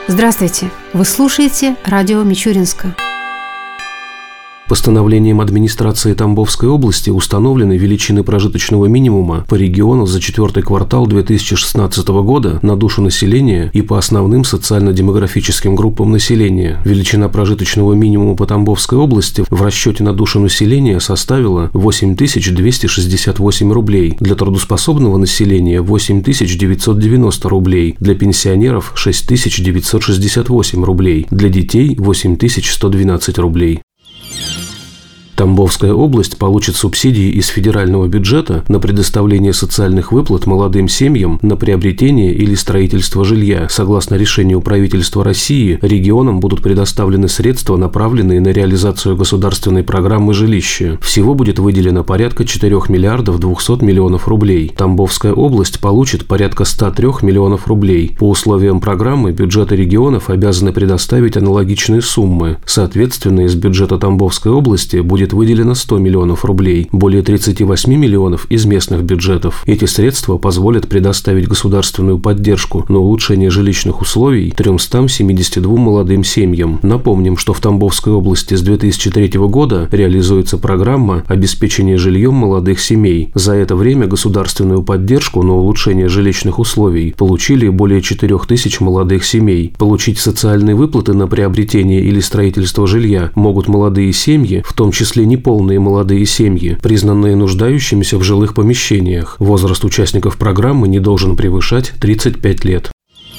Здравствуйте! Вы слушаете радио Мичуринска. Постановлением администрации Тамбовской области установлены величины прожиточного минимума по региону за четвертый квартал 2016 года на душу населения и по основным социально-демографическим группам населения. Величина прожиточного минимума по Тамбовской области в расчете на душу населения составила 8268 рублей, для трудоспособного населения 8990 рублей, для пенсионеров 6968 рублей, для детей 8112 рублей. Тамбовская область получит субсидии из федерального бюджета на предоставление социальных выплат молодым семьям на приобретение или строительство жилья. Согласно решению правительства России, регионам будут предоставлены средства, направленные на реализацию государственной программы жилища. Всего будет выделено порядка 4 миллиардов 200 миллионов рублей. Тамбовская область получит порядка 103 миллионов рублей. По условиям программы бюджеты регионов обязаны предоставить аналогичные суммы. Соответственно, из бюджета Тамбовской области будет выделено 100 миллионов рублей, более 38 миллионов из местных бюджетов. Эти средства позволят предоставить государственную поддержку на улучшение жилищных условий 372 молодым семьям. Напомним, что в Тамбовской области с 2003 года реализуется программа обеспечения жильем молодых семей. За это время государственную поддержку на улучшение жилищных условий получили более 4000 молодых семей. Получить социальные выплаты на приобретение или строительство жилья могут молодые семьи, в том числе неполные молодые семьи, признанные нуждающимися в жилых помещениях. Возраст участников программы не должен превышать 35 лет.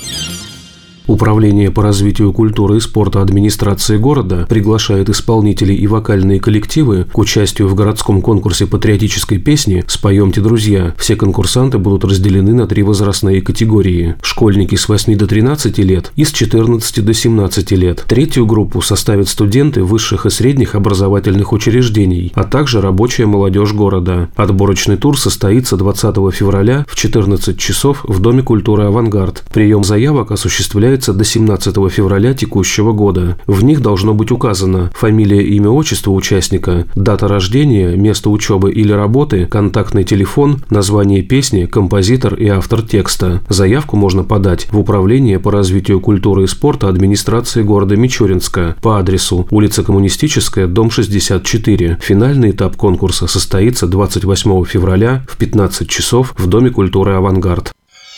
Управление по развитию культуры и спорта администрации города приглашает исполнителей и вокальные коллективы к участию в городском конкурсе патриотической песни «Споемте, друзья». Все конкурсанты будут разделены на 3 возрастные категории: школьники с 8 до 13 лет и с 14 до 17 лет. Третью группу составят студенты высших и средних образовательных учреждений, а также рабочая молодежь города. Отборочный тур состоится 20 февраля в 14 часов в Доме культуры «Авангард». Прием заявок осуществляется до 17 февраля текущего года. В них должно быть указано фамилия, имя, отчество участника, дата рождения, место учебы или работы, контактный телефон, название песни, композитор и автор текста. Заявку можно подать в Управление по развитию культуры и спорта администрации города Мичуринска по адресу улица Коммунистическая, дом 64. Финальный этап конкурса состоится 28 февраля в 15 часов в Доме культуры «Авангард».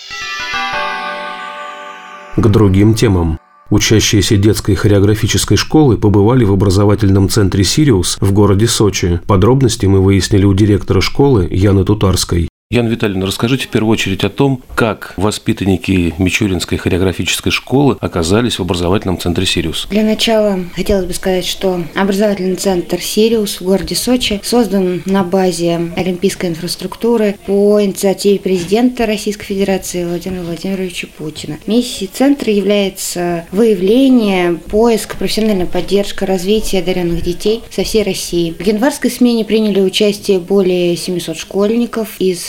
К другим темам. Учащиеся детской хореографической школы побывали в образовательном центре «Сириус» в городе Сочи. Подробности мы выяснили у директора школы Яны Тутарской. Яна Витальевна, расскажите в первую очередь о том, как воспитанники Мичуринской хореографической школы оказались в образовательном центре «Сириус». Для начала хотелось бы сказать, что образовательный центр «Сириус» в городе Сочи создан на базе олимпийской инфраструктуры по инициативе президента Российской Федерации Владимира Владимировича Путина. Миссией центра является выявление, поиск, профессиональная поддержка, развитие одаренных детей со всей России. В январской смене приняли участие более 700 школьников из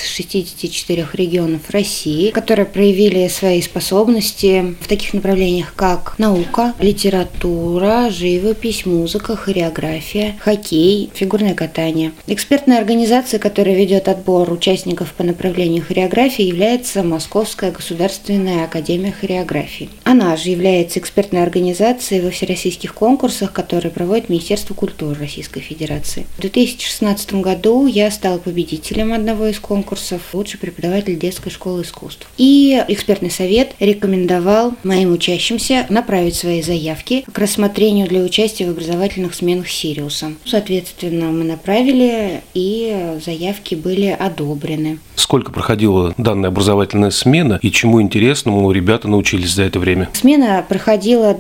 64 регионов России, которые проявили свои способности в таких направлениях, как наука, литература, живопись, музыка, хореография, хоккей, фигурное катание. Экспертная организация, которая ведет отбор участников по направлению хореографии, является Московская государственная академия хореографии. Она же является экспертной организацией во всероссийских конкурсах, которые проводит Министерство культуры Российской Федерации. В 2016 году я стала победителем одного из конкурсов «Лучший преподаватель детской школы искусств». И экспертный совет рекомендовал моим учащимся направить свои заявки к рассмотрению для участия в образовательных сменах «Сириуса». Соответственно, мы направили, и заявки были одобрены. Сколько проходила данная образовательная смена и чему интересному ребята научились за это время? Смена проходила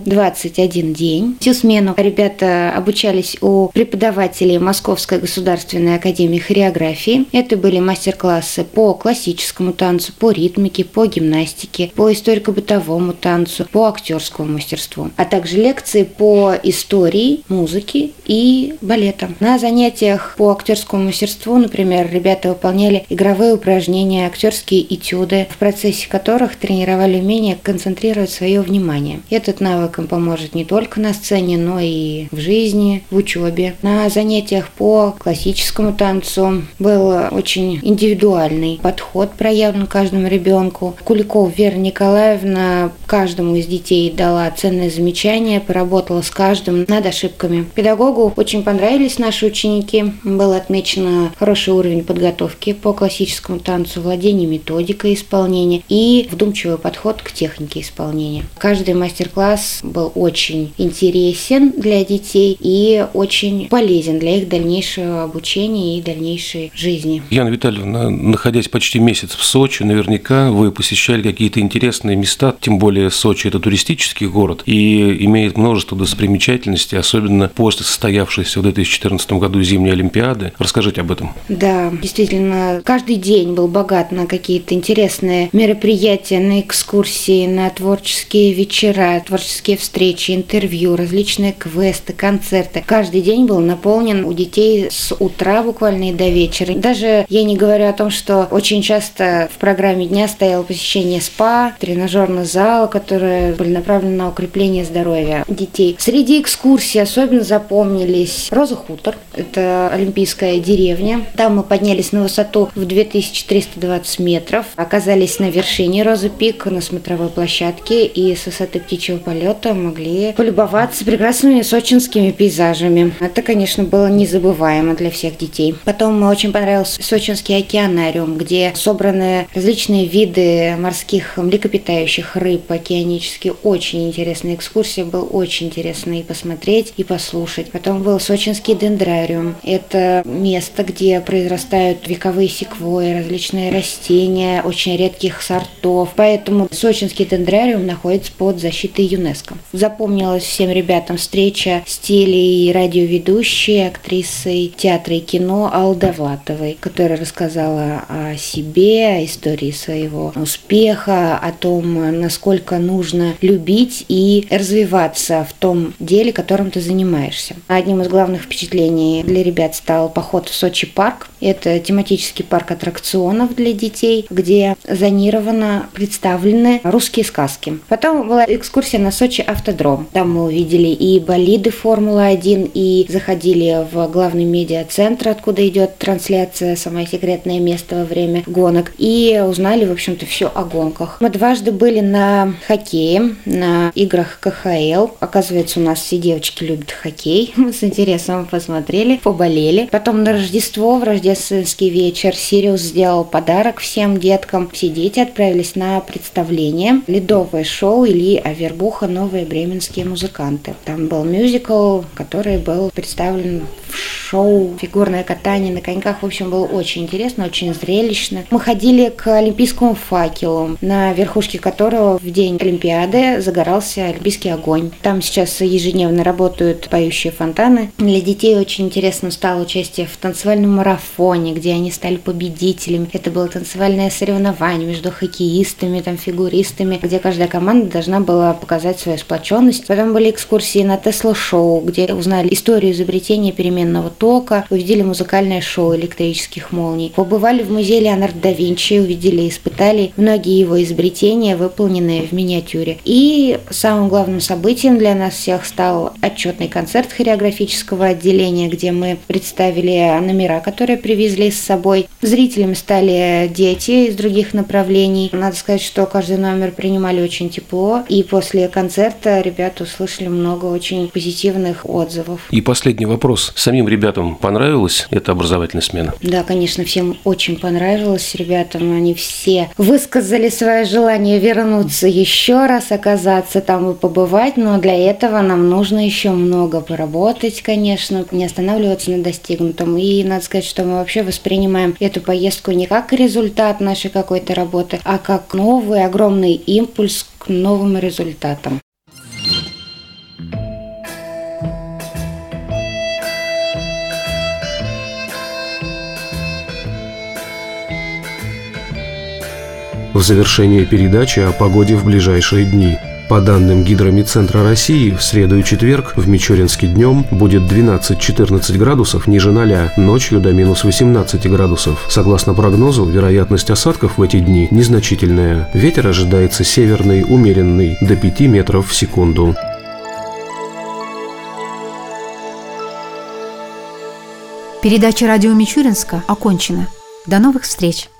21 день. Всю смену ребята обучались у преподавателей Московской государственной академии хореографии. Это были мастер-классы по классическому танцу, по ритмике, по гимнастике, по историко-бытовому танцу, по актерскому мастерству, а также лекции по истории, музыке и балета. На занятиях по актерскому мастерству, например, ребята выполняли игровые упражнения, актерские этюды, в процессе которых тренировали умение концентрировать свое внимание. Этот навык им поможет не только на сцене, но и в жизни, в учебе. На занятиях по классическому танцу был очень индивидуальный индивидуальный подход проявлен каждому ребенку. Куликова Вера Николаевна каждому из детей дала ценные замечания, поработала с каждым над ошибками. Педагогу очень понравились наши ученики. Был отмечен хороший уровень подготовки по классическому танцу, владение методикой исполнения и вдумчивый подход к технике исполнения. Каждый мастер-класс был очень интересен для детей и очень полезен для их дальнейшего обучения и дальнейшей жизни. Яна Витальевна, находясь почти месяц в Сочи, наверняка вы посещали какие-то интересные места, тем более Сочи – это туристический город и имеет множество достопримечательностей, особенно после состоявшейся в 2014 году зимней Олимпиады. Расскажите об этом. Да, действительно, каждый день был богат на какие-то интересные мероприятия, на экскурсии, на творческие вечера, творческие встречи, интервью, различные квесты, концерты. Каждый день был наполнен у детей с утра буквально и до вечера. Даже я не говорю о том, что очень часто в программе дня стояло посещение СПА, тренажерного зала, которые были направлены на укрепление здоровья детей. Среди экскурсий особенно запомнились Роза Хутор, это олимпийская деревня. Там мы поднялись на высоту в 2320 метров, оказались на вершине Розы Пик, на смотровой площадке, и с высоты птичьего полета могли полюбоваться прекрасными сочинскими пейзажами. Это, конечно, было незабываемо для всех детей. Потом мне очень понравился Сочинский океанариум, где собраны различные виды морских млекопитающих, рыб океанические. Очень интересная экскурсия, было очень интересно и посмотреть, и послушать. Потом был Сочинский дендрариум. Это место, где произрастают вековые секвойи, различные растения очень редких сортов. Поэтому Сочинский дендрариум находится под защитой ЮНЕСКО. Запомнилась всем ребятам встреча с теле- и радиоведущей, актрисой театра и кино Аллой Довлатовой, которая рассказала о себе, о истории своего успеха, о том, насколько нужно любить и развиваться в том деле, которым ты занимаешься. Одним из главных впечатлений для ребят стал поход в Сочи парк. Это тематический парк аттракционов для детей, где зонированно представлены русские сказки. Потом была экскурсия на Сочи автодром. Там мы увидели и болиды Формулы-1, и заходили в главный медиацентр, откуда идет трансляция, самое секретное место во время гонок, и узнали, в общем-то, все о гонках. Мы дважды были на хоккее, на играх КХЛ. Оказывается, у нас все девочки любят хоккей. Мы с интересом посмотрели, поболели. Потом на Рождество, в рождественский вечер, Сириус сделал подарок всем деткам. Все дети отправились на представление. Ледовое шоу Ильи Авербуха «Новые бременские музыканты». Там был мюзикл, который был представлен в шоу, фигурное катание на коньках. В общем, было очень интересно, очень зрелищно. Мы ходили к олимпийскому факелу, на верхушке которого в день Олимпиады загорался олимпийский огонь. Там сейчас ежедневно работают поющие фонтаны. Для детей очень интересно стало участие в танцевальном марафоне, где они стали победителями. Это было танцевальное соревнование между хоккеистами, фигуристами, где каждая команда должна была показать свою сплоченность. Потом были экскурсии на Тесла-шоу, где узнали историю изобретения переменного тока, увидели музыкальное шоу электрических молний. Побывали в музее Леонардо да Винчи, увидели и испытали многие его изобретения, выполненные в миниатюре. И самым главным событием для нас всех стал отчетный концерт хореографического отделения, где мы представили номера, которые привезли с собой. Зрителями стали дети из других направлений. Надо сказать, что каждый номер принимали очень тепло, и после концерта ребята услышали много очень позитивных отзывов. И последний вопрос. Самим ребятам понравилась эта образовательная смена? Да, конечно, всем очень понравилось. Ребятам они все высказали свое желание вернуться еще раз, оказаться там и побывать, но для этого нам нужно еще много поработать, конечно, не останавливаться на достигнутом. И надо сказать, что мы вообще воспринимаем эту поездку не как результат нашей какой-то работы, а как новый огромный импульс к новым результатам. В завершение передачи о погоде в ближайшие дни. По данным Гидромедцентра России, в среду и четверг в Мичуринске днем будет 12-14 градусов ниже 0, ночью до минус 18 градусов. Согласно прогнозу, вероятность осадков в эти дни незначительная. Ветер ожидается северный, умеренный, до 5 метров в секунду. Передача радио Мичуринска окончена. До новых встреч!